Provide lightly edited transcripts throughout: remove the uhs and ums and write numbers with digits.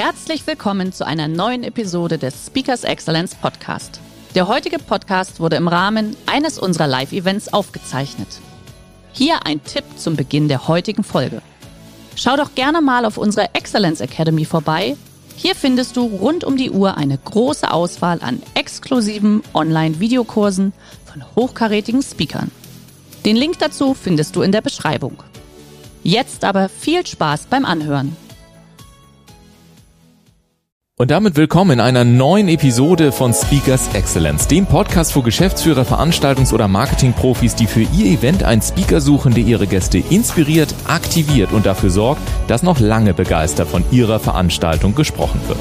Herzlich willkommen zu einer neuen Episode des Speakers Excellence Podcast. Der heutige Podcast wurde im Rahmen eines unserer Live-Events aufgezeichnet. Hier ein Tipp zum Beginn der heutigen Folge. Schau doch gerne mal auf unserer Excellence Academy vorbei. Hier findest du rund um die Uhr eine große Auswahl an exklusiven Online-Videokursen von hochkarätigen Speakern. Den Link dazu findest du in der Beschreibung. Jetzt aber viel Spaß beim Anhören. Und damit willkommen in einer neuen Episode von Speakers Excellence, dem Podcast für Geschäftsführer, Veranstaltungs- oder Marketingprofis, die für ihr Event einen Speaker suchen, der ihre Gäste inspiriert, aktiviert und dafür sorgt, dass noch lange begeistert von ihrer Veranstaltung gesprochen wird.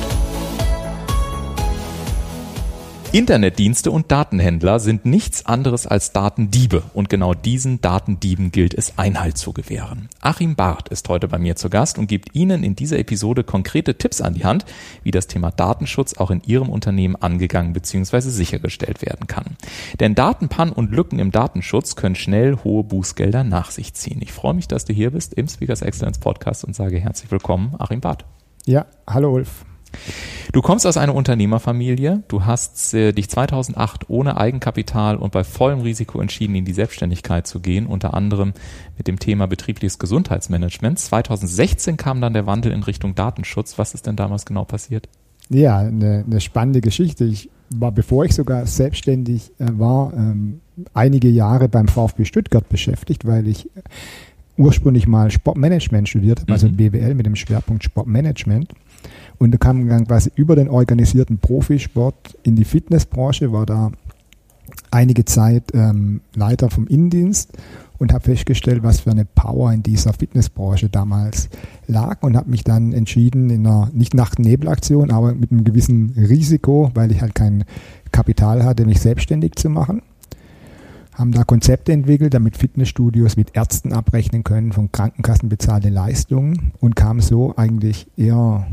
Internetdienste und Datenhändler sind nichts anderes als Datendiebe und genau diesen Datendieben gilt es Einhalt zu gewähren. Achim Barth ist heute bei mir zu Gast und gibt Ihnen in dieser Episode konkrete Tipps an die Hand, wie das Thema Datenschutz auch in Ihrem Unternehmen angegangen bzw. sichergestellt werden kann. Denn Datenpannen und Lücken im Datenschutz können schnell hohe Bußgelder nach sich ziehen. Ich freue mich, dass du hier bist im Speakers Excellence Podcast und sage herzlich willkommen, Achim Barth. Ja, hallo Ulf. Du kommst aus einer Unternehmerfamilie, du hast dich 2008 ohne Eigenkapital und bei vollem Risiko entschieden, in die Selbstständigkeit zu gehen, unter anderem mit dem Thema betriebliches Gesundheitsmanagement. 2016 kam dann der Wandel in Richtung Datenschutz. Was ist denn damals genau passiert? Ja, eine spannende Geschichte. Ich war, bevor ich sogar selbstständig war, einige Jahre beim VfB Stuttgart beschäftigt, weil ich ursprünglich mal Sportmanagement studiert habe, also BWL mit dem Schwerpunkt Sportmanagement. Und da kam dann quasi über den organisierten Profisport in die Fitnessbranche, war da einige Zeit Leiter vom Innendienst und habe festgestellt, was für eine Power in dieser Fitnessbranche damals lag und habe mich dann entschieden, in einer nicht Nacht-Nebel-Aktion, aber mit einem gewissen Risiko, weil ich halt kein Kapital hatte, mich selbstständig zu machen. Haben da Konzepte entwickelt, damit Fitnessstudios mit Ärzten abrechnen können, von Krankenkassen bezahlte Leistungen und kam so eigentlich eher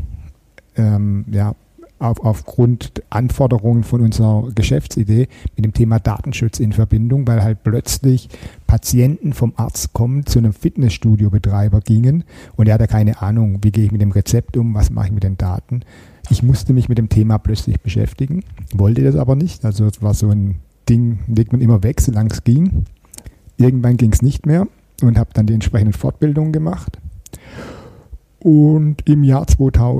aufgrund Anforderungen von unserer Geschäftsidee mit dem Thema Datenschutz in Verbindung, weil halt plötzlich Patienten vom Arzt kommen, zu einem Fitnessstudio-Betreiber gingen und er hatte keine Ahnung, wie gehe ich mit dem Rezept um, was mache ich mit den Daten. Ich musste mich mit dem Thema plötzlich beschäftigen, wollte das aber nicht, also es war so ein Ding, legt man immer weg, solange es ging. Irgendwann ging es nicht mehr und habe dann die entsprechenden Fortbildungen gemacht. Und im Jahr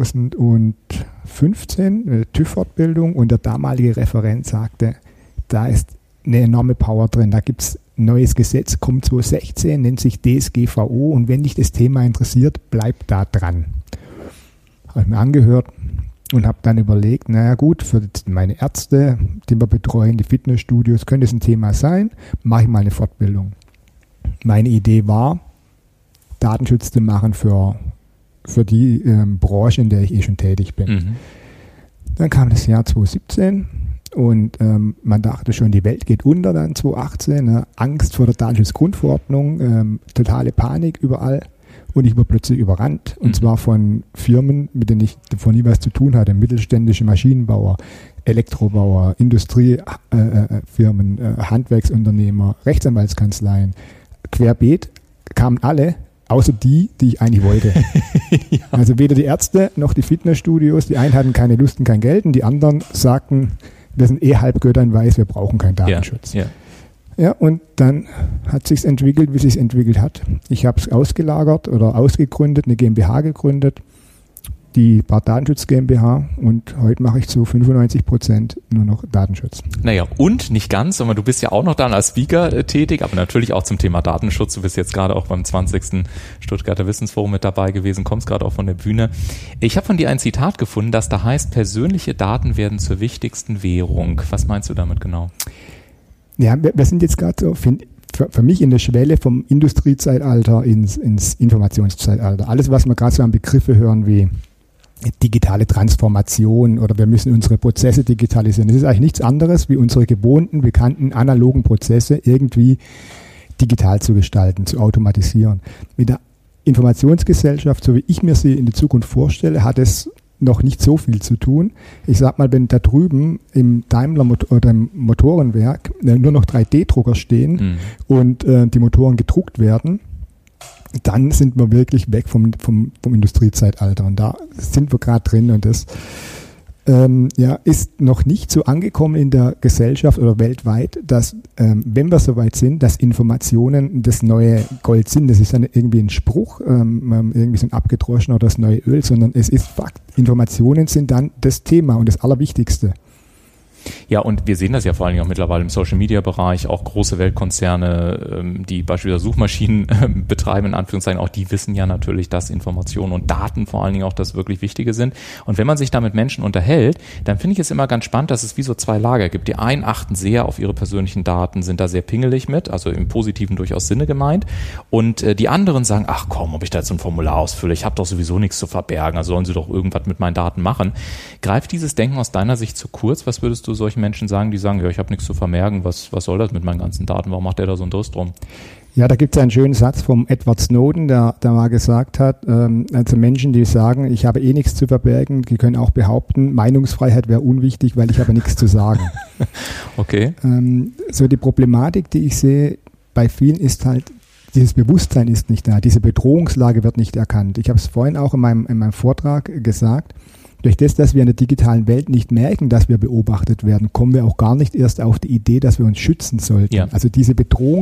2015 TÜV-Fortbildung und der damalige Referent sagte, da ist eine enorme Power drin, da gibt es ein neues Gesetz, kommt 2016, nennt sich DSGVO und wenn dich das Thema interessiert, bleib da dran. Habe ich mir angehört und habe dann überlegt, naja gut, für meine Ärzte, die wir betreuen, die Fitnessstudios, könnte es ein Thema sein, mache ich mal eine Fortbildung. Meine Idee war, Datenschutz zu machen für die Branche, in der ich schon tätig bin. Dann kam das Jahr 2017 und man dachte schon, die Welt geht unter dann 2018. Ne? Angst vor der Datenschutzgrundverordnung, totale Panik überall und ich wurde plötzlich überrannt und zwar von Firmen, mit denen ich davor nie was zu tun hatte, mittelständische Maschinenbauer, Elektrobauer, Industriefirmen, Handwerksunternehmer, Rechtsanwaltskanzleien, querbeet kamen alle, außer die ich eigentlich wollte. Ja. Also weder die Ärzte noch die Fitnessstudios, die einen hatten keine Lust und kein Geld und die anderen sagten, wir sind Halbgötter in Weiß, wir brauchen keinen Datenschutz. Ja, und dann hat sich's entwickelt, wie es sich entwickelt hat. Ich habe es ausgelagert oder ausgegründet, eine GmbH gegründet, die Barth Datenschutz GmbH und heute mache ich zu 95% nur noch Datenschutz. Naja, und nicht ganz, sondern du bist ja auch noch dann als Speaker tätig, aber natürlich auch zum Thema Datenschutz. Du bist jetzt gerade auch beim 20. Stuttgarter Wissensforum mit dabei gewesen, kommst gerade auch von der Bühne. Ich habe von dir ein Zitat gefunden, das da heißt, persönliche Daten werden zur wichtigsten Währung. Was meinst du damit genau? Ja, wir sind jetzt gerade so, für mich in der Schwelle vom Industriezeitalter ins Informationszeitalter. Alles, was wir gerade so an Begriffe hören wie digitale Transformation oder wir müssen unsere Prozesse digitalisieren. Das ist eigentlich nichts anderes wie unsere gewohnten, bekannten, analogen Prozesse irgendwie digital zu gestalten, zu automatisieren. Mit der Informationsgesellschaft, so wie ich mir sie in der Zukunft vorstelle, hat es noch nicht so viel zu tun. Ich sag mal, wenn da drüben im Daimler oder im Motorenwerk nur noch 3D-Drucker stehen und die Motoren gedruckt werden, dann sind wir wirklich weg vom Industriezeitalter. Und da sind wir gerade drin und das ist noch nicht so angekommen in der Gesellschaft oder weltweit, dass, wenn wir soweit sind, dass Informationen das neue Gold sind. Das ist dann irgendwie ein Spruch, irgendwie so ein abgedroschener oder das neue Öl, sondern es ist Fakt. Informationen sind dann das Thema und das Allerwichtigste. Ja, und wir sehen das ja vor allen Dingen auch mittlerweile im Social-Media-Bereich, auch große Weltkonzerne, die beispielsweise Suchmaschinen betreiben, in Anführungszeichen, auch die wissen ja natürlich, dass Informationen und Daten vor allen Dingen auch das wirklich Wichtige sind. Und wenn man sich da mit Menschen unterhält, dann finde ich es immer ganz spannend, dass es wie so zwei Lager gibt. Die einen achten sehr auf ihre persönlichen Daten, sind da sehr pingelig mit, also im positiven durchaus Sinne gemeint. Und die anderen sagen, ach komm, ob ich da jetzt ein Formular ausfülle, ich habe doch sowieso nichts zu verbergen, also sollen sie doch irgendwas mit meinen Daten machen. Greift dieses Denken aus deiner Sicht zu kurz? Was würdest du solchen Menschen sagen, die sagen, ja, ich habe nichts zu vermerken, was soll das mit meinen ganzen Daten, warum macht der da so einen Durst drum? Ja, da gibt es einen schönen Satz vom Edward Snowden, der mal gesagt hat, also Menschen, die sagen, ich habe eh nichts zu verbergen, die können auch behaupten, Meinungsfreiheit wäre unwichtig, weil ich habe nichts zu sagen. Okay. So die Problematik, die ich sehe bei vielen ist halt, dieses Bewusstsein ist nicht da, diese Bedrohungslage wird nicht erkannt. Ich habe es vorhin auch in meinem Vortrag gesagt, durch das, dass wir in der digitalen Welt nicht merken, dass wir beobachtet werden, kommen wir auch gar nicht erst auf die Idee, dass wir uns schützen sollten. Ja. Also diese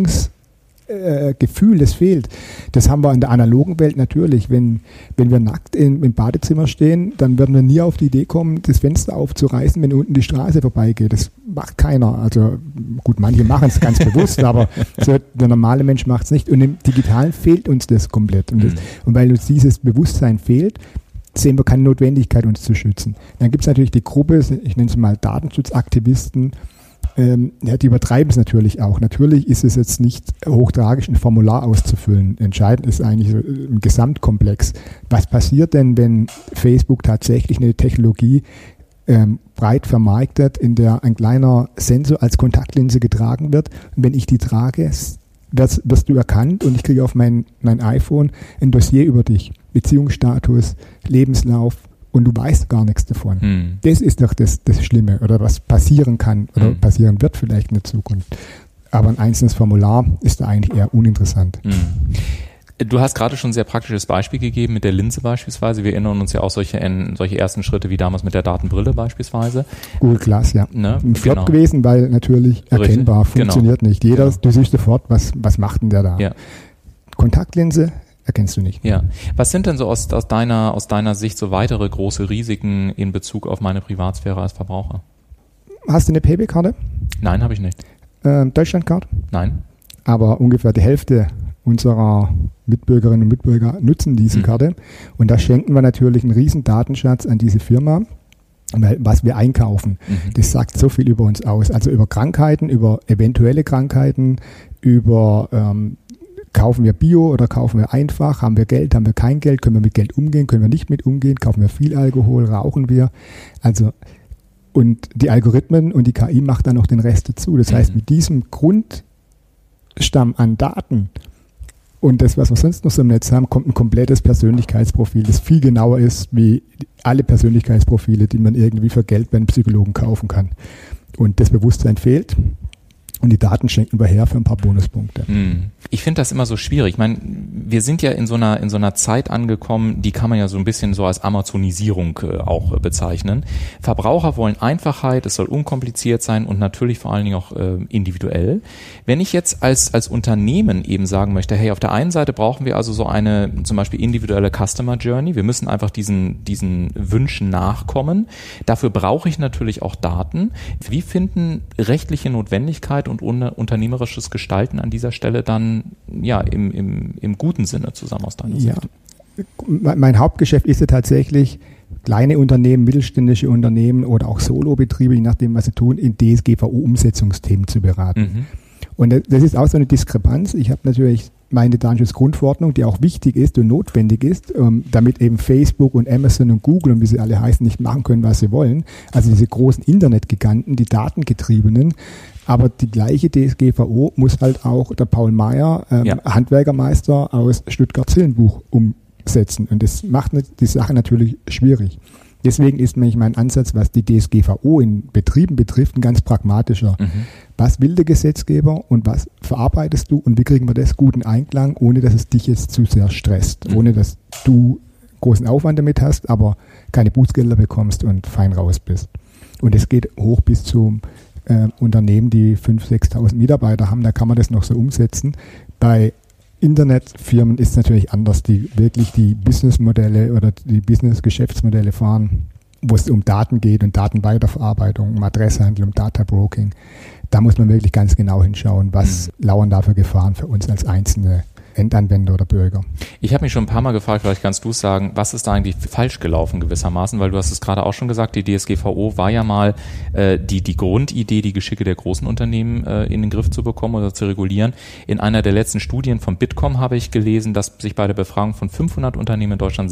Bedrohungsgefühl, das fehlt. Das haben wir in der analogen Welt natürlich. Wenn wir nackt im Badezimmer stehen, dann werden wir nie auf die Idee kommen, das Fenster aufzureißen, wenn unten die Straße vorbeigeht. Das macht keiner. Also gut, manche machen es ganz bewusst, aber so, der normale Mensch macht es nicht. Und im Digitalen fehlt uns das komplett. Und weil uns dieses Bewusstsein fehlt, sehen wir keine Notwendigkeit, uns zu schützen. Dann gibt es natürlich die Gruppe, ich nenne es mal Datenschutzaktivisten, die übertreiben es natürlich auch. Natürlich ist es jetzt nicht hochtragisch, ein Formular auszufüllen. Entscheidend ist eigentlich so ein Gesamtkomplex. Was passiert denn, wenn Facebook tatsächlich eine Technologie breit vermarktet, in der ein kleiner Sensor als Kontaktlinse getragen wird? Und wenn ich die trage, wirst du erkannt und ich kriege auf mein iPhone ein Dossier über dich. Beziehungsstatus, Lebenslauf und du weißt gar nichts davon. Das ist doch das Schlimme oder was passieren kann oder passieren wird vielleicht in der Zukunft. Aber ein einzelnes Formular ist da eigentlich eher uninteressant. Du hast gerade schon ein sehr praktisches Beispiel gegeben mit der Linse beispielsweise. Wir erinnern uns ja auch solche ersten Schritte wie damals mit der Datenbrille beispielsweise. Google Glass, ja. Ne? Ein Flop gewesen, weil natürlich erkennbar funktioniert nicht. Du siehst sofort, was macht denn der da? Ja. Kontaktlinse erkennst du nicht. Ja. Was sind denn so aus deiner Sicht so weitere große Risiken in Bezug auf meine Privatsphäre als Verbraucher? Hast du eine PayPal-Karte? Nein, habe ich nicht. Deutschlandcard? Nein. Aber ungefähr die Hälfte unserer Mitbürgerinnen und Mitbürger nutzen diese Karte. Und da schenken wir natürlich einen riesen Datenschatz an diese Firma, was wir einkaufen. Das sagt so viel über uns aus. Also über Krankheiten, über eventuelle Krankheiten, über kaufen wir Bio oder kaufen wir einfach, haben wir Geld, haben wir kein Geld, können wir mit Geld umgehen, können wir nicht mit umgehen, kaufen wir viel Alkohol, rauchen wir. Also und die Algorithmen und die KI macht dann noch den Rest dazu. Das heißt, mit diesem Grundstamm an Daten und das, was wir sonst noch so im Netz haben, kommt ein komplettes Persönlichkeitsprofil, das viel genauer ist, wie alle Persönlichkeitsprofile, die man irgendwie für Geld bei einem Psychologen kaufen kann. Und das Bewusstsein fehlt. Und die Daten schenken wir her für ein paar Bonuspunkte. Ich finde das immer so schwierig. Ich meine, wir sind ja in so einer Zeit angekommen, die kann man ja so ein bisschen so als Amazonisierung auch bezeichnen. Verbraucher wollen Einfachheit, es soll unkompliziert sein und natürlich vor allen Dingen auch individuell. Wenn ich jetzt als Unternehmen eben sagen möchte, hey, auf der einen Seite brauchen wir also so eine zum Beispiel individuelle Customer Journey. Wir müssen einfach diesen Wünschen nachkommen. Dafür brauche ich natürlich auch Daten. Wie finden rechtliche Notwendigkeit und unternehmerisches Gestalten an dieser Stelle dann ja im guten Sinne zusammen aus deiner Sicht? Ja. Mein Hauptgeschäft ist ja tatsächlich, kleine Unternehmen, mittelständische Unternehmen oder auch Solobetriebe, je nachdem, was sie tun, in DSGVO-Umsetzungsthemen zu beraten. Und das ist auch so eine Diskrepanz. Ich habe natürlich meine Datenschutzgrundverordnung, die auch wichtig ist und notwendig ist, damit eben Facebook und Amazon und Google und wie sie alle heißen, nicht machen können, was sie wollen. Also diese großen Internetgiganten, die Datengetriebenen. Aber die gleiche DSGVO muss halt auch der Paul Meyer, Handwerkermeister aus Stuttgart-Zillenbuch umsetzen. Und das macht die Sache natürlich schwierig. Deswegen ist nämlich mein Ansatz, was die DSGVO in Betrieben betrifft, ein ganz pragmatischer. Was will der Gesetzgeber und was verarbeitest du und wie kriegen wir das gut in Einklang, ohne dass es dich jetzt zu sehr stresst, ohne dass du großen Aufwand damit hast, aber keine Bußgelder bekommst und fein raus bist. Und es geht hoch bis zu Unternehmen, die 5.000, 6.000 Mitarbeiter haben, da kann man das noch so umsetzen. Bei Internetfirmen ist es natürlich anders, die wirklich die Businessmodelle oder die Business-Geschäftsmodelle fahren, wo es um Daten geht und Datenweiterverarbeitung, um Adresshandel, um Databroking. Da muss man wirklich ganz genau hinschauen, was lauern da für Gefahren für uns als einzelne Endanwender oder Bürger. Ich habe mich schon ein paar Mal gefragt, vielleicht kannst du es sagen, was ist da eigentlich falsch gelaufen gewissermaßen, weil du hast es gerade auch schon gesagt, die DSGVO war ja mal die Grundidee, die Geschicke der großen Unternehmen in den Griff zu bekommen oder zu regulieren. In einer der letzten Studien von Bitkom habe ich gelesen, dass sich bei der Befragung von 500 Unternehmen in Deutschland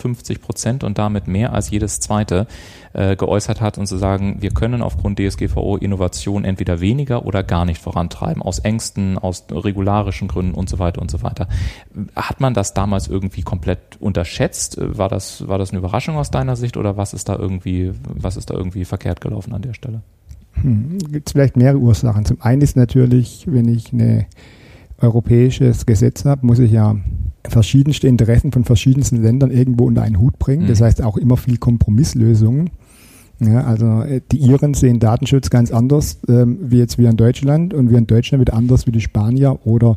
56% und damit mehr als jedes zweite geäußert hat und zu sagen, wir können aufgrund DSGVO Innovation entweder weniger oder gar nicht vorantreiben, aus Ängsten, aus regularischen Gründen und so weiter und so weiter. Hat man das damals irgendwie komplett unterschätzt? War das eine Überraschung aus deiner Sicht oder was ist da irgendwie verkehrt gelaufen an der Stelle? Gibt es vielleicht mehrere Ursachen. Zum einen ist natürlich, wenn ich ein europäisches Gesetz habe, muss ich ja verschiedenste Interessen von verschiedensten Ländern irgendwo unter einen Hut bringen. Das heißt auch immer viel Kompromisslösungen. Ja, also die Iren sehen Datenschutz ganz anders wie jetzt wir in Deutschland und wir in Deutschland wieder anders wie die Spanier oder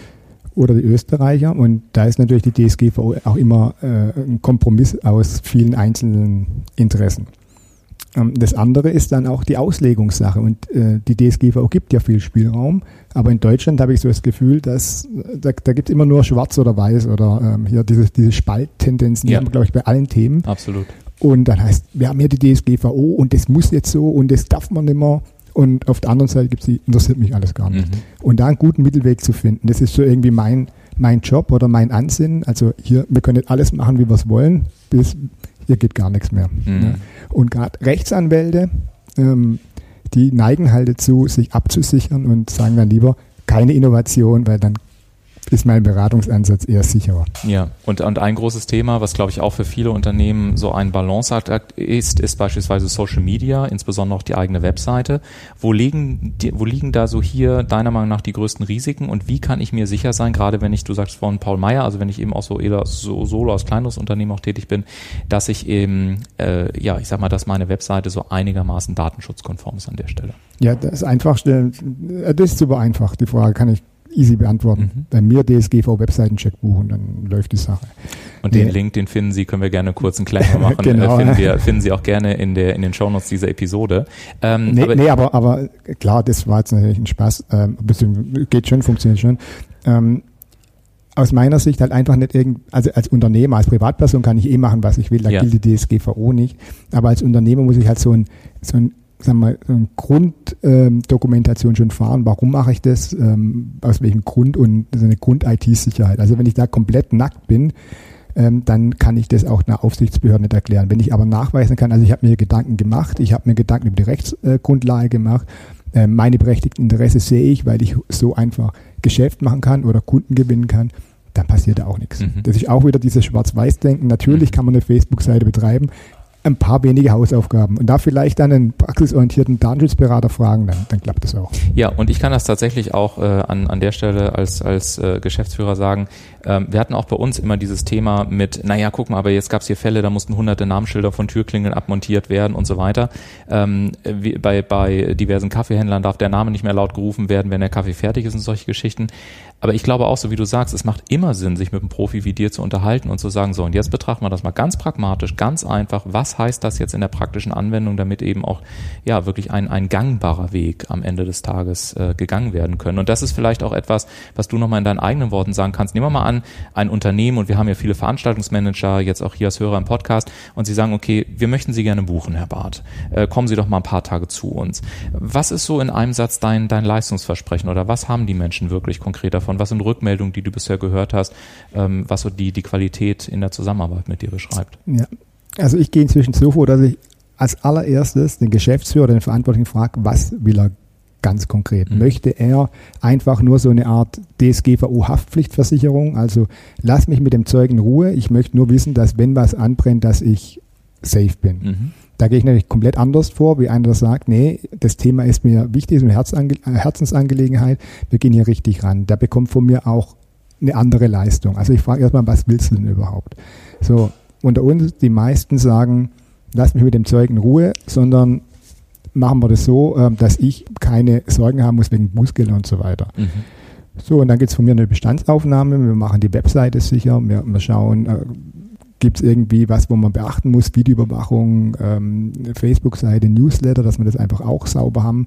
die Österreicher. Und da ist natürlich die DSGVO auch immer ein Kompromiss aus vielen einzelnen Interessen. Das andere ist dann auch die Auslegungssache und die DSGVO gibt ja viel Spielraum, aber in Deutschland habe ich so das Gefühl, dass da gibt es immer nur schwarz oder weiß oder hier diese Spalttendenzen, die haben wir, glaube ich, bei allen Themen. Absolut. Und dann heißt, wir haben hier die DSGVO und das muss jetzt so und das darf man nicht mehr. Und auf der anderen Seite gibt es die, interessiert mich alles gar nicht. Und da einen guten Mittelweg zu finden, das ist so irgendwie mein Job oder mein Ansinnen. Also hier, wir können nicht alles machen, wie wir es wollen, bis hier geht gar nichts mehr. Ne? Und gerade Rechtsanwälte, die neigen halt dazu, sich abzusichern und sagen dann lieber keine Innovation, weil dann ist mein Beratungsansatz eher sicherer. Ja, und ein großes Thema, was glaube ich auch für viele Unternehmen so ein Balanceakt ist beispielsweise Social Media, insbesondere auch die eigene Webseite. Wo liegen da so hier deiner Meinung nach die größten Risiken und wie kann ich mir sicher sein, gerade wenn du sagst von Paul Meyer, also wenn ich eben auch so solo als kleineres Unternehmen auch tätig bin, dass ich eben, ich sag mal, dass meine Webseite so einigermaßen datenschutzkonform ist an der Stelle. Ja, das Einfachste, das ist super einfach, die Frage kann ich easy beantworten. Bei mir DSGVO-Webseitencheck buchen, dann läuft die Sache. Und den Link, den finden Sie, können wir gerne kurz einen Claim machen, genau. Finden Sie auch gerne in den Shownotes dieser Episode. Aber klar, das war jetzt natürlich ein Spaß, geht schon, funktioniert schon. Aus meiner Sicht halt einfach nicht also als Unternehmer, als Privatperson kann ich machen, was ich will, da gilt die DSGVO nicht, aber als Unternehmer muss ich halt so ein Grunddokumentation schon fahren. Warum mache ich das? Aus welchem Grund? Und das ist eine Grund-IT-Sicherheit. Also wenn ich da komplett nackt bin, dann kann ich das auch einer Aufsichtsbehörde nicht erklären. Wenn ich aber nachweisen kann, also ich habe mir Gedanken gemacht, ich habe mir Gedanken über die Rechtsgrundlage gemacht, meine berechtigten Interesse sehe ich, weil ich so einfach Geschäft machen kann oder Kunden gewinnen kann, dann passiert da auch nichts. Das ist auch wieder dieses Schwarz-Weiß-Denken. Natürlich kann man eine Facebook-Seite betreiben, ein paar wenige Hausaufgaben und da vielleicht dann einen praxisorientierten Datenschutzberater fragen, dann klappt das auch. Ja, und ich kann das tatsächlich auch an der Stelle als Geschäftsführer sagen, wir hatten auch bei uns immer dieses Thema mit, naja, guck mal, aber jetzt gab es hier Fälle, da mussten hunderte Namensschilder von Türklingeln abmontiert werden und so weiter. Bei diversen Kaffeehändlern darf der Name nicht mehr laut gerufen werden, wenn der Kaffee fertig ist und solche Geschichten. Aber ich glaube auch, so wie du sagst, es macht immer Sinn, sich mit einem Profi wie dir zu unterhalten und zu sagen, so, und jetzt betrachten wir das mal ganz pragmatisch, ganz einfach. Was heißt das jetzt in der praktischen Anwendung, damit eben auch, ja, wirklich ein gangbarer Weg am Ende des Tages gegangen werden können? Und das ist vielleicht auch etwas, was du nochmal in deinen eigenen Worten sagen kannst. Nehmen wir mal an, ein Unternehmen, und wir haben ja viele Veranstaltungsmanager, jetzt auch hier als Hörer im Podcast, und sie sagen, okay, wir möchten Sie gerne buchen, Herr Barth. Kommen Sie doch mal ein paar Tage zu uns. Was ist so in einem Satz dein Leistungsversprechen oder was haben die Menschen wirklich konkret davon? Was sind Rückmeldungen, die du bisher gehört hast, was so die Qualität in der Zusammenarbeit mit dir beschreibt? Ja, also ich gehe inzwischen so vor, dass ich als allererstes den Geschäftsführer oder den Verantwortlichen frage, was will er ganz konkret? Möchte er einfach nur so eine Art DSGVO-Haftpflichtversicherung? Also lass mich mit dem Zeug in Ruhe. Ich möchte nur wissen, dass wenn was anbrennt, dass ich safe bin. Da gehe ich natürlich komplett anders vor, wie einer, der sagt, nee, das Thema ist mir wichtig, ist eine Herzensangelegenheit, wir gehen hier richtig ran. Der bekommt von mir auch eine andere Leistung. Also ich frage erstmal, was willst du denn überhaupt? So, unter uns, die meisten sagen, lass mich mit dem Zeug in Ruhe, sondern machen wir das so, dass ich keine Sorgen haben muss wegen Bußgelder und so weiter. So, und dann gibt es von mir eine Bestandsaufnahme, wir machen die Webseite sicher, wir schauen, gibt es irgendwie was, wo man beachten muss, Videoüberwachung, Facebook-Seite, Newsletter, dass wir das einfach auch sauber haben.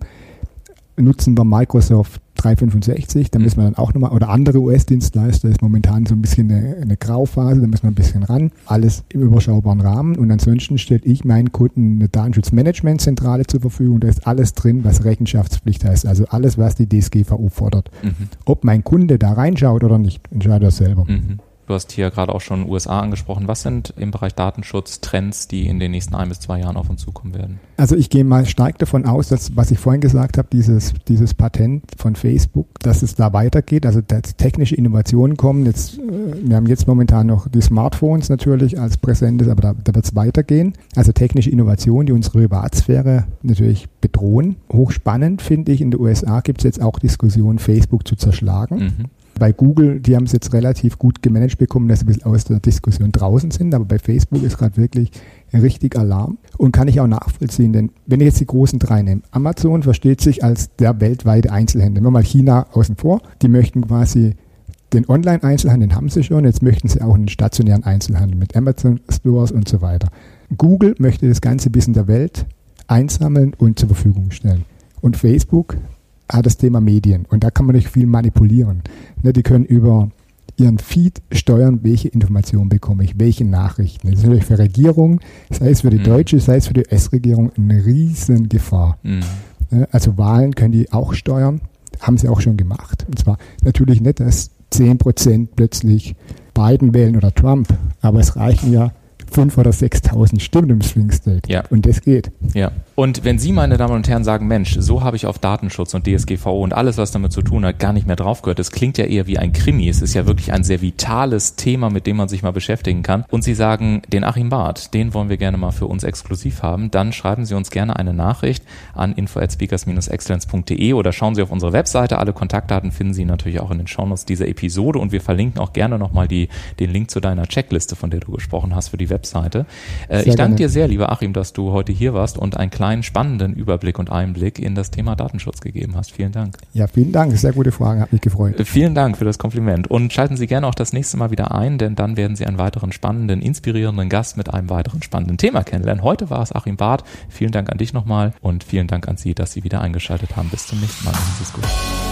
Nutzen wir Microsoft 365, da müssen wir dann auch nochmal, oder andere US-Dienstleister, ist momentan so ein bisschen eine Grauphase, da müssen wir ein bisschen ran. Alles im überschaubaren Rahmen und ansonsten stelle ich meinen Kunden eine Datenschutzmanagementzentrale zur Verfügung, da ist alles drin, was Rechenschaftspflicht heißt, also alles, was die DSGVO fordert. Ob mein Kunde da reinschaut oder nicht, entscheidet er selber. Du hast hier gerade auch schon USA angesprochen. Was sind im Bereich Datenschutz Trends, die in den nächsten 1 bis 2 Jahren auf uns zukommen werden? Also ich gehe mal stark davon aus, dass, was ich vorhin gesagt habe, dieses Patent von Facebook, dass es da weitergeht, also dass technische Innovationen kommen. Jetzt, wir haben jetzt momentan noch die Smartphones natürlich als Präsentes, aber da wird es weitergehen. Also technische Innovationen, die unsere Privatsphäre natürlich bedrohen. Hochspannend finde ich, in den USA gibt es jetzt auch Diskussionen, Facebook zu zerschlagen. Bei Google, die haben es jetzt relativ gut gemanagt bekommen, dass sie ein bisschen aus der Diskussion draußen sind, aber bei Facebook ist gerade wirklich richtig Alarm und kann ich auch nachvollziehen, denn wenn ich jetzt die großen 3 nehme, Amazon versteht sich als der weltweite Einzelhändler, nehmen wir mal China außen vor, die möchten quasi den Online-Einzelhandel, den haben sie schon, jetzt möchten sie auch einen stationären Einzelhandel mit Amazon Stores und so weiter. Google möchte das Ganze bis in der Welt einsammeln und zur Verfügung stellen. Und Facebook hat das Thema Medien und da kann man nicht viel manipulieren. Ne, die können über ihren Feed steuern, welche Informationen bekomme ich, welche Nachrichten. Das ist natürlich für Regierungen, sei es für die deutsche, sei es für die US-Regierung, eine riesen Gefahr. Ne, also Wahlen können die auch steuern, haben sie auch schon gemacht. Und zwar natürlich nicht, dass 10% plötzlich Biden wählen oder Trump, aber es reichen ja 5.000 oder 6.000 Stimmen im Swing State. Ja. Und das geht. Ja. Und wenn Sie, meine Damen und Herren, sagen, Mensch, so habe ich auf Datenschutz und DSGVO und alles, was damit zu tun hat, gar nicht mehr drauf gehört. Das klingt ja eher wie ein Krimi. Es ist ja wirklich ein sehr vitales Thema, mit dem man sich mal beschäftigen kann. Und Sie sagen, den Achim Barth, den wollen wir gerne mal für uns exklusiv haben. Dann schreiben Sie uns gerne eine Nachricht an info@speakers-excellence.de oder schauen Sie auf unsere Webseite. Alle Kontaktdaten finden Sie natürlich auch in den Shownotes dieser Episode und wir verlinken auch gerne nochmal den Link zu deiner Checkliste, von der du gesprochen hast, für die Webseite. Ich danke dir sehr, lieber Achim, dass du heute hier warst und einen kleinen spannenden Überblick und Einblick in das Thema Datenschutz gegeben hast. Vielen Dank. Ja, vielen Dank. Sehr gute Frage. Hat mich gefreut. Vielen Dank für das Kompliment. Und schalten Sie gerne auch das nächste Mal wieder ein, denn dann werden Sie einen weiteren spannenden, inspirierenden Gast mit einem weiteren spannenden Thema kennenlernen. Heute war es Achim Barth. Vielen Dank an dich nochmal und vielen Dank an Sie, dass Sie wieder eingeschaltet haben. Bis zum nächsten Mal. Machen Sie es gut.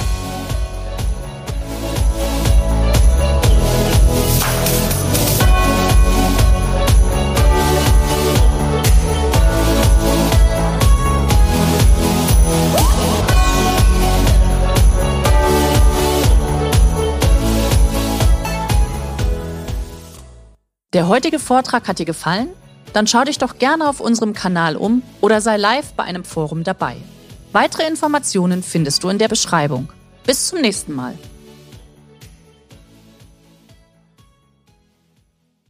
Der heutige Vortrag hat dir gefallen? Dann schau dich doch gerne auf unserem Kanal um oder sei live bei einem Forum dabei. Weitere Informationen findest du in der Beschreibung. Bis zum nächsten Mal.